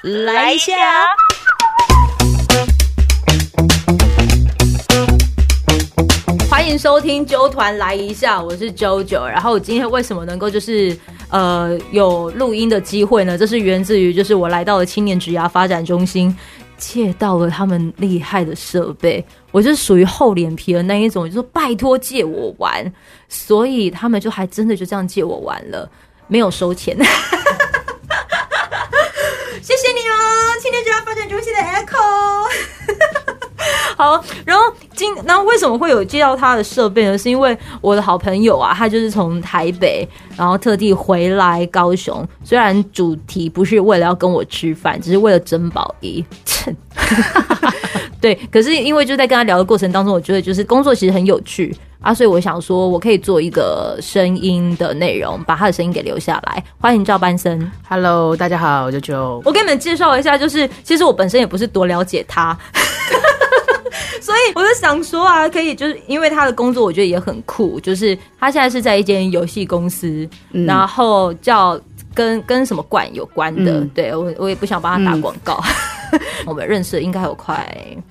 来一下。欢迎收听啾团来一下，我是JoJo。然后我今天为什么能够就是有录音的机会呢？这是源自于就是我来到了青年职涯发展中心，借到了他们厉害的设备。我就是属于厚脸皮的那一种，就说拜托借我玩，所以他们就还真的就这样借我玩了，没有收钱。谢谢你哦，青年职涯发展中心的 Echo。好，然后为什么会有借到他的设备呢？是因为我的好朋友啊，他就是从台北，然后特地回来高雄。虽然主题不是为了要跟我吃饭，只是为了珍宝一。对，可是因为就在跟他聊的过程当中，我觉得就是工作其实很有趣啊，所以我想说我可以做一个声音的内容，把他的声音给留下来。欢迎赵班森。 Hello， 大家好，我就我给你们介绍一下，就是其实我本身也不是多了解他。所以我就想说啊，可以就是因为他的工作我觉得也很酷，就是他现在是在一间游戏公司，然后叫跟什么冠有关的，对，我也不想帮他打广告。我们认识了应该有快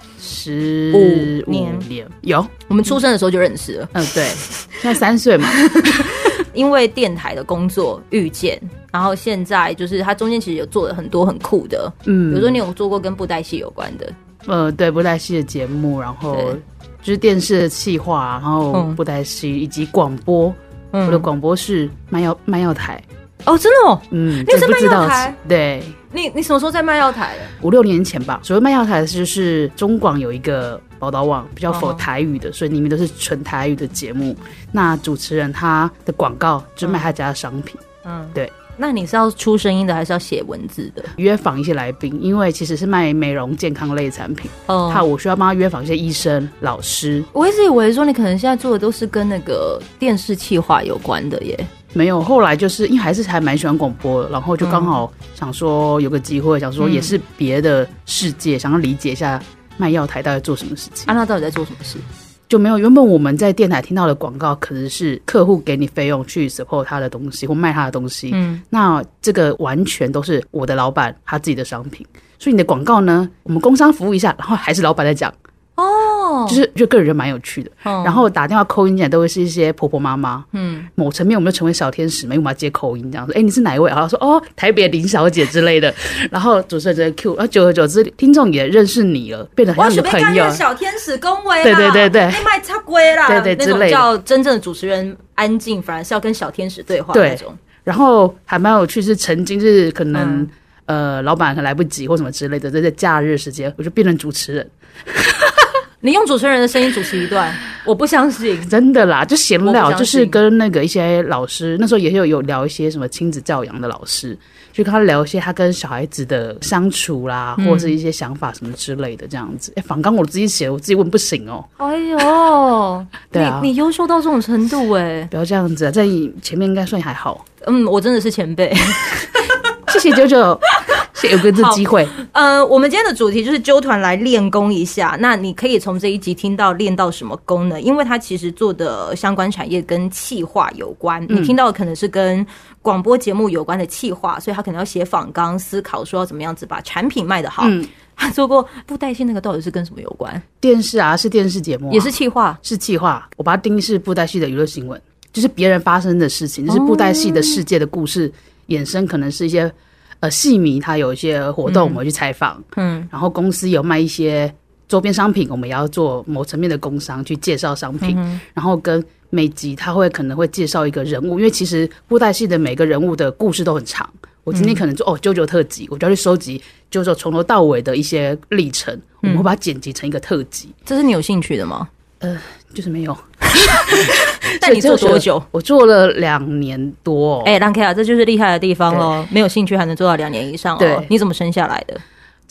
15年， 有， 我们出生的时候就认识了。 对，现在3岁嘛。 因为电台的工作遇见，然后现在就是他中间其实有做了很多很酷的，比如说你有做过跟布袋戏有关的。 对，布袋戏的节目，然后就是电视的企划，然后布袋戏以及广播。我的广播是卖药台。 哦，真的哦，你有在卖药台？ 对， 你什么时候在卖药台的 ？5、6年前吧。所谓卖药台，就是中广有一个宝岛网，比较否台语的，所以里面都是纯台语的节目。那主持人他的广告就卖他家的商品。对。 那你是要出声音的，还是要写文字的？ 约访一些来宾，因为其实是卖美容健康类产品。我需要帮他约访一些医生、老师。 我一直以为说你可能现在做的都是跟那个电视企划有关的耶。 没有，后来就是因为还蛮喜欢广播的，然后就刚好想说有个机会，想说也是别的世界，想要理解一下卖药台到底做什么事情。 那到底在做什么事？ 就没有原本我们在电台听到的广告，可能是客户给你费用去 support 他的东西或卖他的东西。那这个完全都是我的老板他自己的商品，所以你的广告呢，我们工商服务一下，然后还是老板在讲。就个人觉得蛮有趣的。然后打电话call in进来都会是一些婆婆妈妈。某层面我们就成为小天使嘛，因为我们要接call in这样说，你是哪一位？然后说台北林小姐之类的。然后主持人就会 Q， 久而久之听众也认识你了，变得很像你的朋友。 小天使恭维啦， 对， 你卖插龟啦， 对之类的。 那种叫真正的主持人安静，反而是要跟小天使对话那种。 然后还蛮有趣，是曾经是可能老板很来不及或什么之类的，在假日时间我就变成主持人。 你用主持人的声音主持一段，我不相信， 真的啦，就闲聊，就是跟那个一些老师，那时候也有聊一些什么亲子教养的老师，就跟他聊一些他跟小孩子的相处啦，或者是一些想法什么之类的这样子。访纲我自己写，我自己问不行哦。 哎呦， 对啊， 你优秀到这种程度哎， 不要这样子啊，在前面应该算还好。 我真的是前辈， 谢谢999。有个这机会， 我们今天的主题就是揪团来练功一下。那你可以从这一集听到练到什么功呢？因为他其实做的相关产业跟企划有关，你听到的可能是跟广播节目有关的企划，所以他可能要写访纲，思考说要怎么样子把产品卖得好。他做过布袋戏那个到底是跟什么有关？ 电视啊，是电视节目， 也是企划， 是企划。我把它定义是布袋戏的娱乐新闻，就是别人发生的事情，就是布袋戏的世界的故事衍生，可能是一些。戏迷他有一些活动，我们会去采访。然后公司有卖一些周边商品，我们也要做某层面的工商去介绍商品。然后跟每集他可能会介绍一个人物，因为其实布袋戏的每个人物的故事都很长。我今天可能做JoJo特辑，我就要去收集JoJo从头到尾的一些历程，我们会把它剪辑成一个特辑。 这是你有兴趣的吗？ 就是没有。 但你做多久？ 我做了2年多。 兰 K 啊，这就是厉害的地方咯，没有兴趣还能做到2年以上哦。 对， 你怎么生下来的？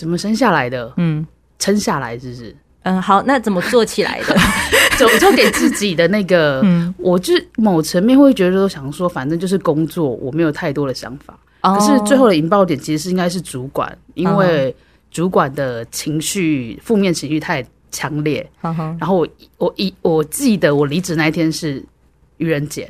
撑下来是不是？ 好，那怎么做起来的？ 做给自己的那个，我就某层面会觉得想说，反正就是工作，我没有太多的想法。可是最后的引爆点其实应该是主管，因为主管的情绪，负面情绪太强烈。然后我记得我离职那一天是愚人节，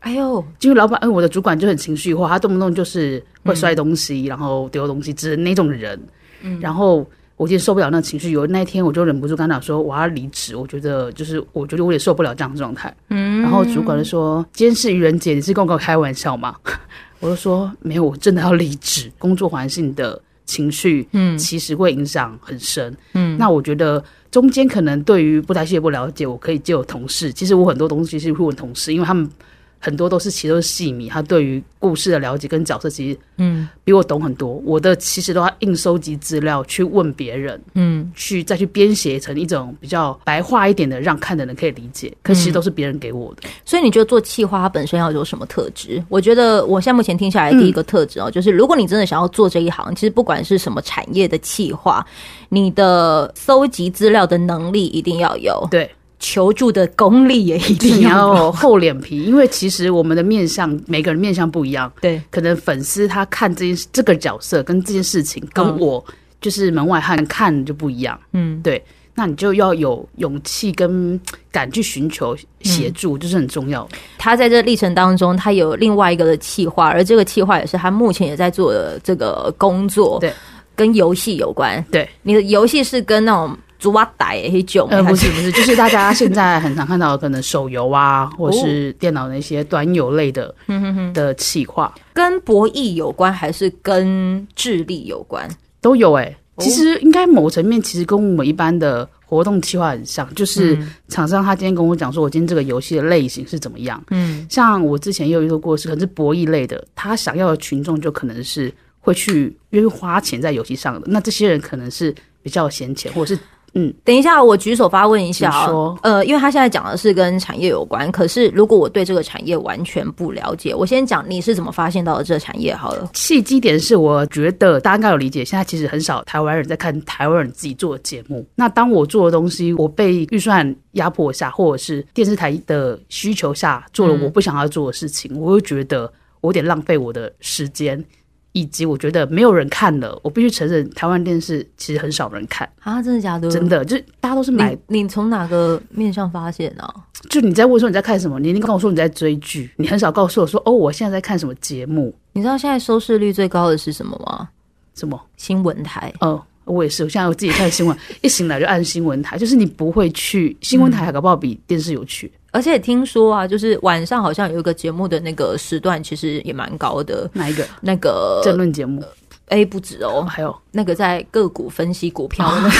哎呦， 因为老板，我的主管就很情绪化，他动不动就是会摔东西，然后丢东西之类的那种人。然后我今天受不了那情绪，有那一天我就忍不住跟他讲说我要离职，我觉得我也受不了这样的状态。然后主管就说今天是愚人节，你是跟我开玩笑吗？我就说没有，我真的要离职。工作环境的情绪其实会影响很深。那我觉得中间可能对于布袋戏不了解，我可以借我同事，其实我很多东西是会问同事，因为他们很多其实都是戏迷，他对于故事的了解跟角色其实比我懂很多。我的其实都要硬收集资料去问别人，再去编写成一种比较白话一点的，让看的人可以理解。可其实都是别人给我的。 所以你觉得做企划它本身要有什么特质？我觉得我现在目前听下来第一个特质就是如果你真的想要做这一行，其实不管是什么产业的企划，你的搜集资料的能力一定要有。 对。 求助的功力也一定要有厚脸皮，因为其实我们的面向，每个人面向不一样。 对， 可能粉丝他看这个角色跟这件事情，跟我就是门外汉看就不一样。对，那你就要有勇气跟敢去寻求协助，就是很重要。 他在这历程当中，他有另外一个的企划，而这个企划也是他目前也在做的这个工作， 对， 跟游戏有关。 对， 你的游戏是跟那种猪蛙仔那种， 不是，就是大家现在很常看到的可能手游啊，或是电脑那些端游类的的企划， 跟博弈有关还是跟智力有关？ 都有其实应该某层面其实跟我们一般的活动企划很像，就是厂商他今天跟我讲说我今天这个游戏的类型是怎么样。像我之前也有遇到过是可能是博弈类的，他想要的群众就可能是会去愿意花钱在游戏上的，那这些人可能是比较闲钱，或者是等一下，我举手发问一下因为他现在讲的是跟产业有关，可是如果我对这个产业完全不了解，我先讲你是怎么发现到的这个产业好了。 契机点是我觉得大家应该有理解，现在其实很少台湾人在看台湾人自己做的节目。那当我做的东西，我被预算压迫下，或者是电视台的需求下做了我不想要做的事情，我会觉得我有点浪费我的时间。以及我觉得没有人看了，我必须承认台湾电视其实很少人看啊！真的假的？ 真的，就是大家都是买。 你从哪个面向发现啊？ 就你在问说你在看什么，你一定跟我说你在追剧，你很少告诉我说我现在在看什么节目。 你知道现在收视率最高的是什么吗？ 什么？ 新闻台。 我也是，我现在我自己看新闻，一醒来就按新闻台，就是你不会去新闻台，还搞不好比电视有趣。 而且听说啊，就是晚上好像有一个节目的那个时段，其实也蛮高的。 哪一个？ 那个政论节目。 不止哦， 还有那个在个股分析股票的那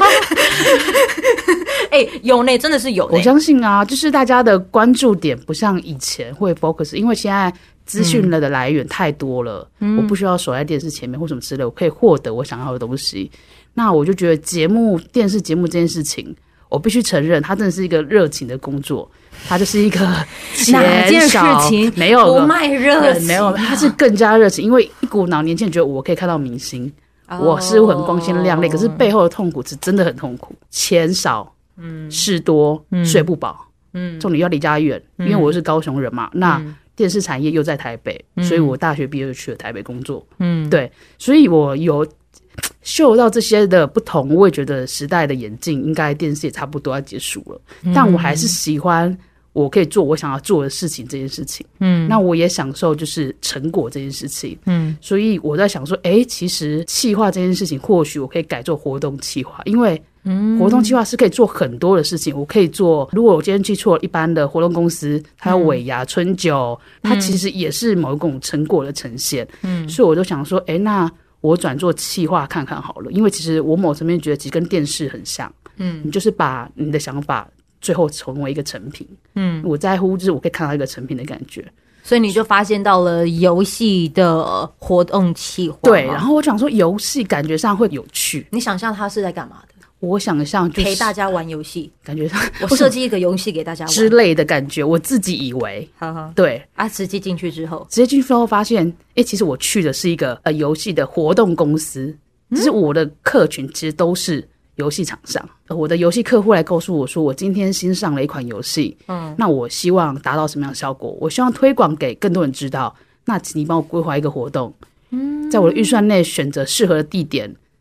个。有呢，真的是有呢。 我相信啊，就是大家的关注点不像以前会 focus， 因为现在资讯的来源太多了，我不需要守在电视前面或什么之类，我可以获得我想要的东西。那我就觉得电视节目这件事情，我必须承认，它真的是一个热情的工作，它就是一个哪件事情没有不卖热情， 没有，它是更加热情，因为一股脑年轻人觉得我可以看到明星，我是很光鲜亮丽，可是背后的痛苦是真的很痛苦，钱少，事多，睡不饱，重点要离家远，因为我是高雄人嘛，那电视产业又在台北，所以我大学毕业就去了台北工作，对，所以我有嗅到这些的不同，我也觉得时代的演进应该电视也差不多要结束了，但我还是喜欢我可以做我想要做的事情这件事情，那我也享受就是成果这件事情，所以我在想说其实企划这件事情或许我可以改做活动企划，因为活动企划是可以做很多的事情，我可以做，如果我今天去做一般的活动公司，它有尾牙春酒，它其实也是某一种成果的呈现，所以我就想说那我转做企划看看好了，因为其实我某层面觉得其实跟电视很像，你就是把你的想法最后成为一个成品，我在乎就是我可以看到一个成品的感觉， 所以你就发现到了游戏的活动企划。 对，然后我想说游戏感觉上会有趣， 你想象它是在干嘛的？ 我想象就是陪大家玩游戏， 感觉上我设计一个游戏给大家玩之类的感觉，我自己以为，对啊，实际进去之后发现，其实我去的是一个游戏的活动公司，就是我的客群其实都是游戏厂商，我的游戏客户来告诉我说，我今天新上了一款游戏，那我希望达到什么样的效果？我希望推广给更多人知道，那请你帮我规划一个活动，在我的预算内选择适合的地点。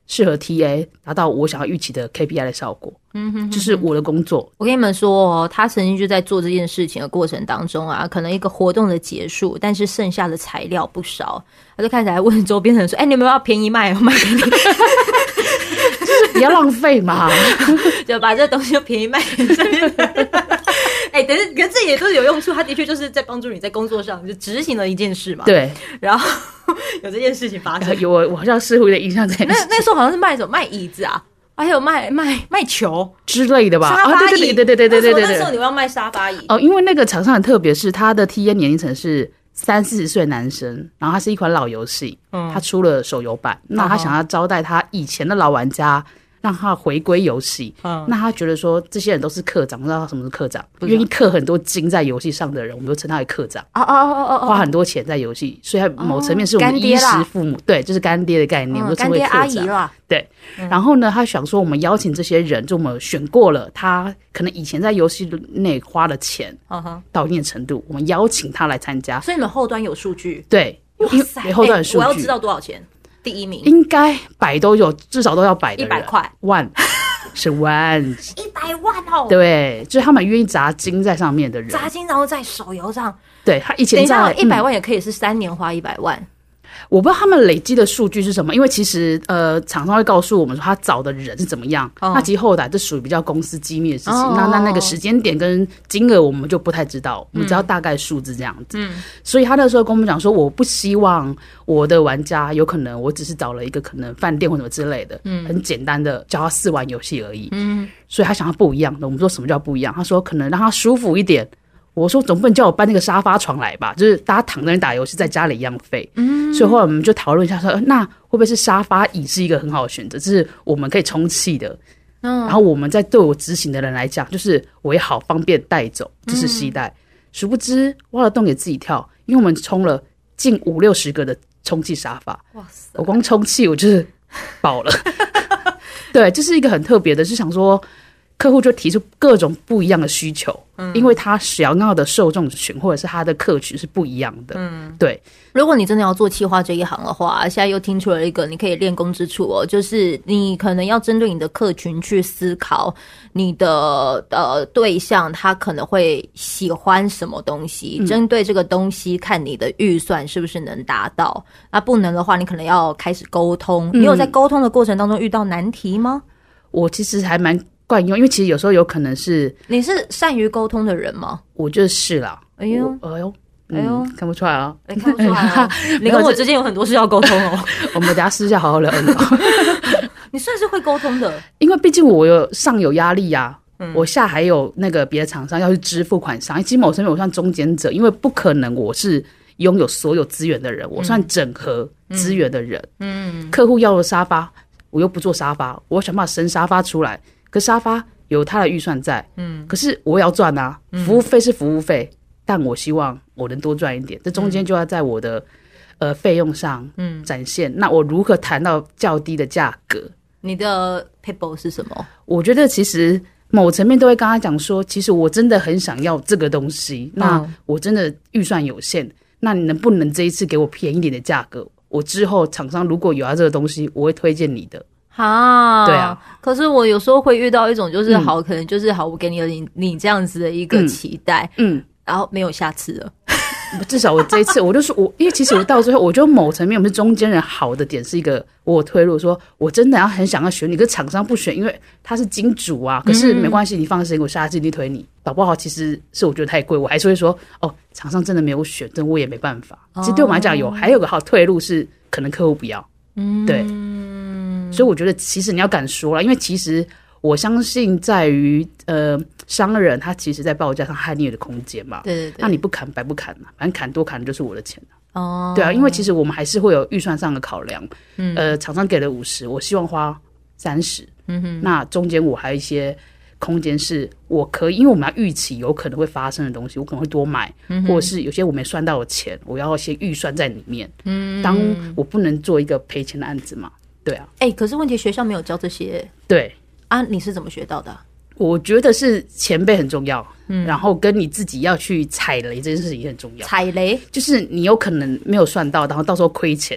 适合 TA 达到我想要预期的 KPI 的效果。这是我的工作。 我跟你们说他曾经就在做这件事情的过程当中啊，可能一个活动的结束，但是剩下的材料不少，他就开始来问周边的人说：“你有没有要便宜卖？我卖给你。” 不要浪费嘛， 就把这东西就便宜卖给这边。可是这也都是有用处，他的确就是在帮助你在工作上就执行了一件事嘛。 对， 然后有这件事情发生。 我好像似乎有点印象在。 那时候好像是卖什么卖椅子啊，还有卖球之类的吧？ 沙发椅， 对。 那时候你要卖沙发椅因为那个厂商很特别，是他的 TA 年龄层是30-40岁男生，然后它是一款老游戏，他出了手游版，那他想要招待他以前的老玩家，让他回归游戏。那他觉得说这些人都是课长，不知道什么是课长，愿意氪很多金在游戏上的人，我们都称他为课长。花很多钱在游戏，所以他某层面是我们衣食父母，对，就是干爹的概念，我们都称为课长。干爹阿姨啦，对。然后呢，他想说我们邀请这些人，就我们选过了他可能以前在游戏内花的钱到一定的程度，我们邀请他来参加。 所以你们后端有数据？ 对，有后端的数据。 我要知道多少钱？第一名应该100都有，至少都要100的人。 100块， 万是万 ，100万哦。 对，就是他们愿意砸金在上面的人， 砸金然后在手游上。 对，他以前在100万也可以是3年花100万。 我不知道他们累积的数据是什么，因为其实厂商会告诉我们说他找的人是怎么样，那其实后来这属于比较公司机密的事情，那个时间点跟金额我们就不太知道，我们只要大概数字这样子。所以他那时候跟我们讲说，我不希望我的玩家有可能我只是找了一个可能饭店或什么之类的，很简单的教他试玩游戏而已。所以他想要不一样的。我们说什么叫不一样？他说可能让他舒服一点。我说总不能叫我搬那个沙发床来吧，就是大家躺在那边打游戏，在家里一样废。所以后来我们就讨论一下说，那会不会是沙发椅是一个很好的选择，就是我们可以充气的。然后我们在对我执行的人来讲，就是我也好方便带走，这是携带。殊不知挖了洞给自己跳，因为我们充了近50-60个的充气沙发。哇塞！我光充气我就是饱了。对，这是一个很特别的，是想说。客户就提出各种不一样的需求，因为他想要的受众群或者是他的客群是不一样的。对。如果你真的要做企划这一行的话，现在又听出了一个你可以练功之处哦，就是你可能要针对你的客群去思考你的对象他可能会喜欢什么东西，针对这个东西看你的预算是不是能达到，那不能的话你可能要开始沟通。你有在沟通的过程当中遇到难题吗？ 我其实还蛮惯用，因为其实有时候有可能是你是善于沟通的人吗？ 我就是啦。哎呦，看不出来啊！ 看不出来啊！你跟我之间有很多事要沟通哦。 我们等一下私下好好聊一聊。 你算是会沟通的， 因为毕竟我上有压力呀、我下还有那个别的厂商要去支付款项，其实某层面我算中间者，因为不可能我是拥有所有资源的人，我算整合资源的人。客户要的沙发，我又不做沙发，我想办法生沙发出来。可沙发有他的预算在，可是我也要赚啊，服务费是服务费，但我希望我能多赚一点，这中间就要在我的费用上展现。那我如何谈到较低的价格？ 你的 paper 是什么？ 我觉得其实某层面都会跟他讲说，其实我真的很想要这个东西，那我真的预算有限，那你能不能这一次给我便宜一点的价格？我之后厂商如果有要这个东西，我会推荐你的。 对啊，可是我有时候会遇到一种就是好，可能就是好，我给你这样子的一个期待，然后没有下次了。 至少我这一次，我就说因为其实我到最后，我觉得某层面我们是中间人，好的点是一个我有推入说，我真的很想要选你，可是厂商不选，因为他是金主啊。可是没关系，你放心，我下次一定推你。搞不好其实是我觉得太贵，我还是会说厂商真的没有选，这我也没办法。其实对我们来讲，还有个好退路是可能客户不要，对。所以我觉得其实你要敢说啦，因为其实我相信在于商人他其实在报价上还有的空间嘛。对。那你不砍白不砍嘛，反正砍多砍的就是我的钱对啊，因为其实我们还是会有预算上的考量。厂商给了50，我希望花30。那中间我还有一些空间是我可以，因为我们要预期有可能会发生的东西，我可能会多买，或者是有些我没算到的钱，我要先预算在里面。当我不能做一个赔钱的案子嘛。对啊， 可是问题学校没有教这些。 对啊，你是怎么学到的？ 我觉得是前辈很重要，然后跟你自己要去踩雷这件事情也很重要。 踩雷就是你有可能没有算到，然后到时候亏钱。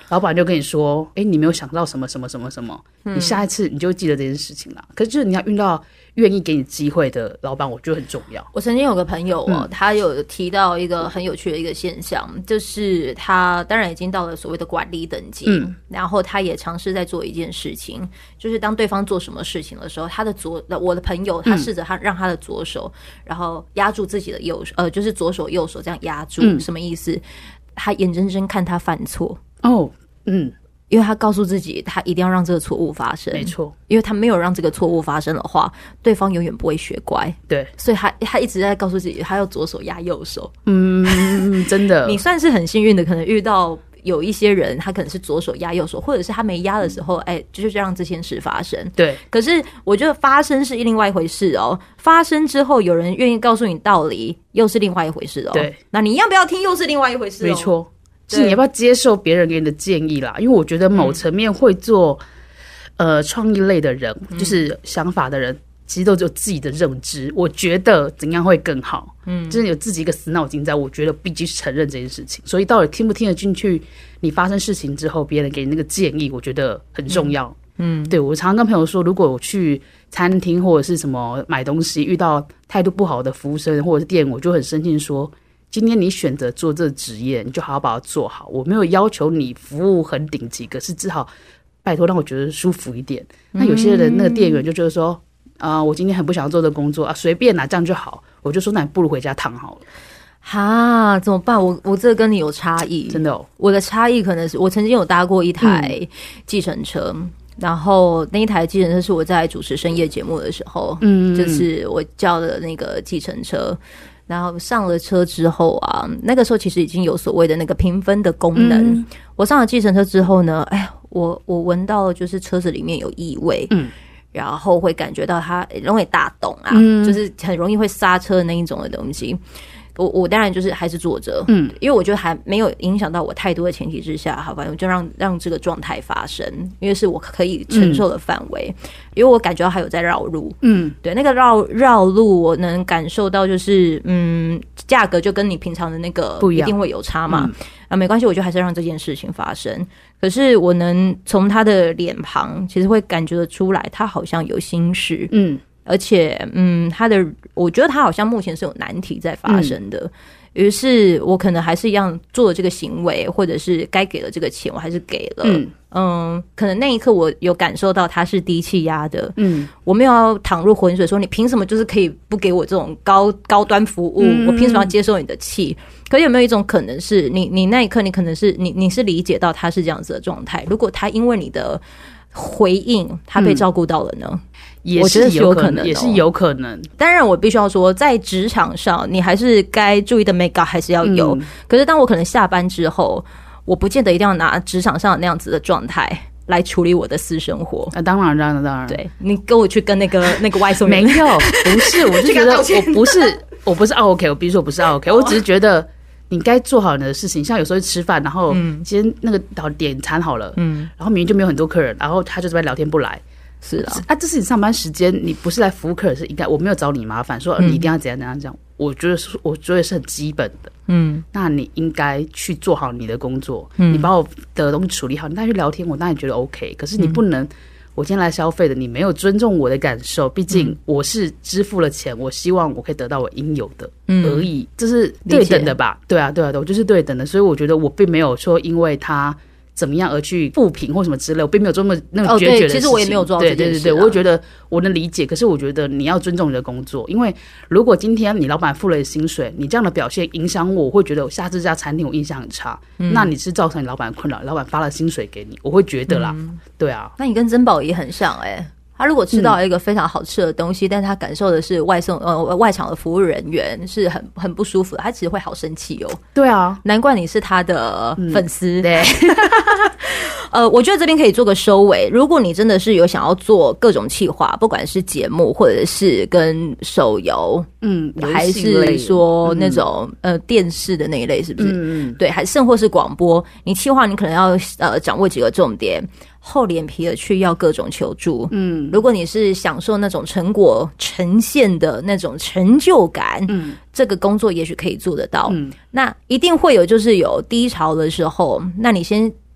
老板就跟你说，你没有想到什么什么什么什么，你下一次你就记得这件事情啦。可是就是你要遇到愿意给你机会的老板，我觉得很重要。 我曾经有个朋友他有提到一个很有趣的一个现象，就是他当然已经到了所谓的管理等级，然后他也尝试在做一件事情，就是当对方做什么事情的时候，我的朋友他试着让他的左手，然后压住自己的右手，就是左手右手这样压住，什么意思？他眼睁睁看他犯错因为他告诉自己他一定要让这个错误发生， 没错， 因为他没有让这个错误发生的话，对方永远不会学乖， 对， 所以他一直在告诉自己他要左手压右手。 真的你算是很幸运的，可能遇到有一些人他可能是左手压右手，或者是他没压的时候就是让这件事发生。 对， 可是我觉得发生是另外一回事哦，发生之后有人愿意告诉你道理又是另外一回事哦。 对， 那你要不要听又是另外一回事哦。 没错，是你要不要接受别人给你的建议啦？因为我觉得某层面会做创意类的人，就是想法的人，其实都只有自己的认知。我觉得怎样会更好，就是有自己一个死脑筋在。我觉得必须承认这件事情。所以到底听不听得进去，你发生事情之后，别人给你那个建议，我觉得很重要。对，我常常跟朋友说，如果我去餐厅或者是什么买东西，遇到态度不好的服务生或者是店员，我就很生气说，今天你选择做这个职业，你就好好把它做好。我没有要求你服务很顶级，可是至少拜托让我觉得舒服一点。那有些人那个店员就觉得说，我今天很不想做这个工作啊，随便啦，这样就好。我就说，那你不如回家躺好了。 哈，怎么办？我这个跟你有差异， 真的哦。 我的差异可能是我曾经有搭过一台计程车。然后那一台计程车是我在主持深夜节目的时候，就是我叫的那个计程车。然后上了车之后啊，那个时候其实已经有所谓的那个评分的功能。我上了计程车之后呢，我闻到了就是车子里面有异味，然后会感觉到它容易大动啊，就是很容易会刹车的那一种的东西。我当然就是还是坐着，因为我觉得还没有影响到我太多的前提之下，好吧，我就让这个状态发生，因为是我可以承受的范围，因为我感觉到还有在绕路，对，那个绕路我能感受到，就是价格就跟你平常的那个一定会有差嘛，没关系，我就还是让这件事情发生。可是我能从他的脸庞，其实会感觉得出来，他好像有心事，而且我觉得他好像目前是有难题在发生的。于是我可能还是一样做了这个行为，或者是该给了这个钱我还是给了。可能那一刻我有感受到他是低气压的，我没有要淌入浑水说你凭什么就是可以不给我这种高端服务，我凭什么要接受你的气。可有没有一种可能是你那一刻你可能是你是理解到他是这样子的状态，如果他因为你的回应他被照顾到了呢？ 也我觉得是有可能， 也是有可能。 当然我必须要说，在职场上你还是该注意的 make up 还是要有，可是当我可能下班之后，我不见得一定要拿职场上那样子的状态来处理我的私生活。 当然， 对，你跟我去跟那个外送员没有，不是，我就觉得我不是 OK， 我必须说我不是 OK， 我只是觉得你该做好你的事情。像有时候吃饭，然后今天那个点餐好了，然后明明就没有很多客人，然后他就这边聊天不来。 是啊， 这是你上班时间，你不是来服务客人，是应该我没有找你麻烦，说你一定要怎样怎样讲。我觉得是很基本的。那你应该去做好你的工作，你把我的东西处理好，你再去聊天，我当然觉得 OK。可是你不能，我今天来消费的，你没有尊重我的感受，毕竟我是支付了钱，我希望我可以得到我应有的而已，这是对等的吧？对啊，我就是对等的，所以我觉得我并没有说因为他怎么样而去负评或什么之类，我并没有做那种决绝的事情。 其实我也没有做到这件事。 对，我会觉得我能理解，可是我觉得你要尊重你的工作，因为如果今天你老板付了薪水，你这样的表现影响我会觉得下次这家餐厅我印象很差，那你是造成你老板的困扰，老板发了薪水给你，我会觉得啦，对啊。 那你跟珍宝也很像他如果吃到一个非常好吃的东西，但他感受的是外场的服务人员是很不舒服的，他其实会好生气哦。 对啊， 难怪你是他的粉丝。 对， 我觉得这边可以做个收尾。如果你真的是有想要做各种企划，不管是节目或者是跟手游，还是说那种电视的那一类，是不是？对，还甚或是广播，你企划你可能要掌握几个重点。厚脸皮的去要各种求助，如果你是享受那种成果呈现的那种成就感，这个工作也许可以做得到，那一定会有就是有低潮的时候，那你先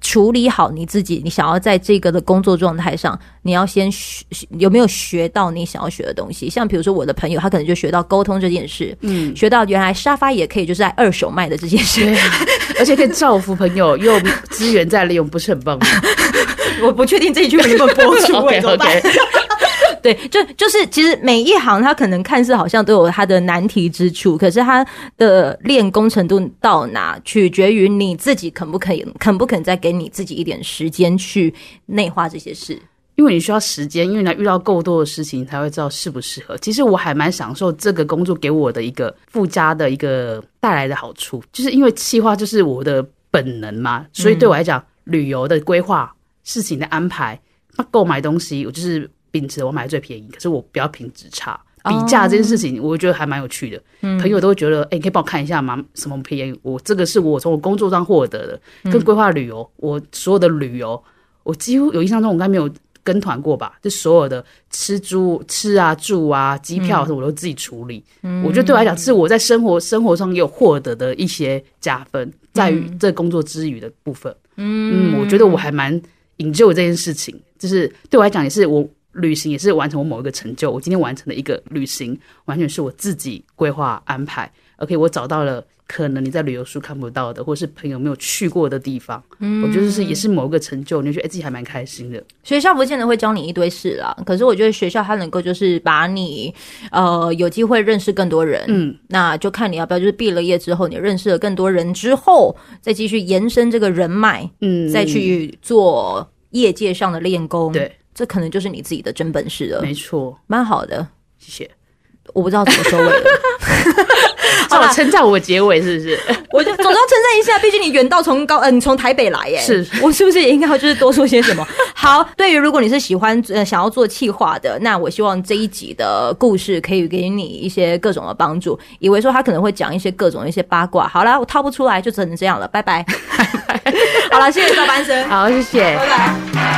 处理好你自己，你想要在这个的工作状态上，你要先有没有学到你想要学的东西。像比如说我的朋友，他可能就学到沟通这件事，学到原来沙发也可以就是在二手卖的这件事， 而且可以造福朋友，用资源再利用，不是很棒吗？ 我不确定这一句能不能播出 ，OK OK。 对，就是其实每一行它可能看似好像都有它的难题之处，可是它的练功程度到哪，取决于你自己肯不肯再给你自己一点时间去内化这些事。 因为你需要时间，因为你遇到够多的事情，你才会知道适不适合。其实我还蛮享受这个工作给我的一个附加的一个带来的好处，就是因为企划就是我的本能嘛，所以对我来讲，旅游的规划、事情的安排、购买东西，我就是秉持我买最便宜，可是我不要品质差。比价这件事情，我觉得还蛮有趣的。朋友都会觉得，你可以帮我看一下吗？什么便宜？我这个是我从我工作上获得的，跟规划旅游，我所有的旅游，我几乎有印象中我应该没有跟团过吧？就所有的吃啊、住啊、机票什么我都自己处理。我觉得对我来讲，是我在生活上也有获得的一些加分，在于这工作之余的部分。我觉得我还蛮enjoy这件事情，就是对我来讲也是我。旅行也是完成我某一个成就，我今天完成的一个旅行，完全是我自己规划安排。OK， 我找到了可能你在旅游书看不到的，或是朋友没有去过的地方。我觉得也是某一个成就，你就觉得自己还蛮开心的。 学校不见得会教你一堆事啦，可是我觉得学校它能够就是把你有机会认识更多人。那就看你要不要就是毕了业之后，你认识了更多人之后，再继续延伸这个人脉，再去做业界上的练功。 对。 这可能就是你自己的真本事了。 没错， 蛮好的， 谢谢。 我不知道怎么收尾了。 好了，称赞我结尾是不是？ 我就总要称赞一下，毕竟你远道你从台北来耶， 是我是不是也应该要就是多说些什么？好，对于如果你是喜欢想要做企划的，那我希望这一集的故事可以给你一些各种的帮助。以为说他可能会讲一些各种一些八卦，好啦，我套不出来，就只能这样了，拜拜。好了，谢谢赵班生， 好，谢谢， 拜拜。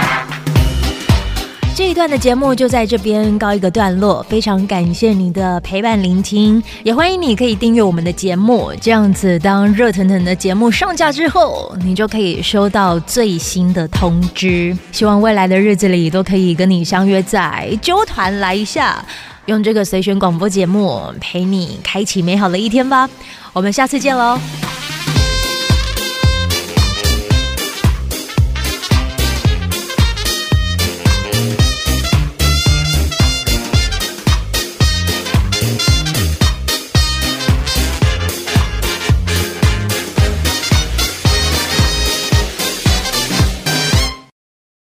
这一段的节目就在这边告一个段落，非常感谢你的陪伴聆听，也欢迎你可以订阅我们的节目，这样子当热腾腾的节目上架之后，你就可以收到最新的通知。希望未来的日子里都可以跟你相约在纠团来一下，用这个随选广播节目陪你开启美好的一天吧。我们下次见咯。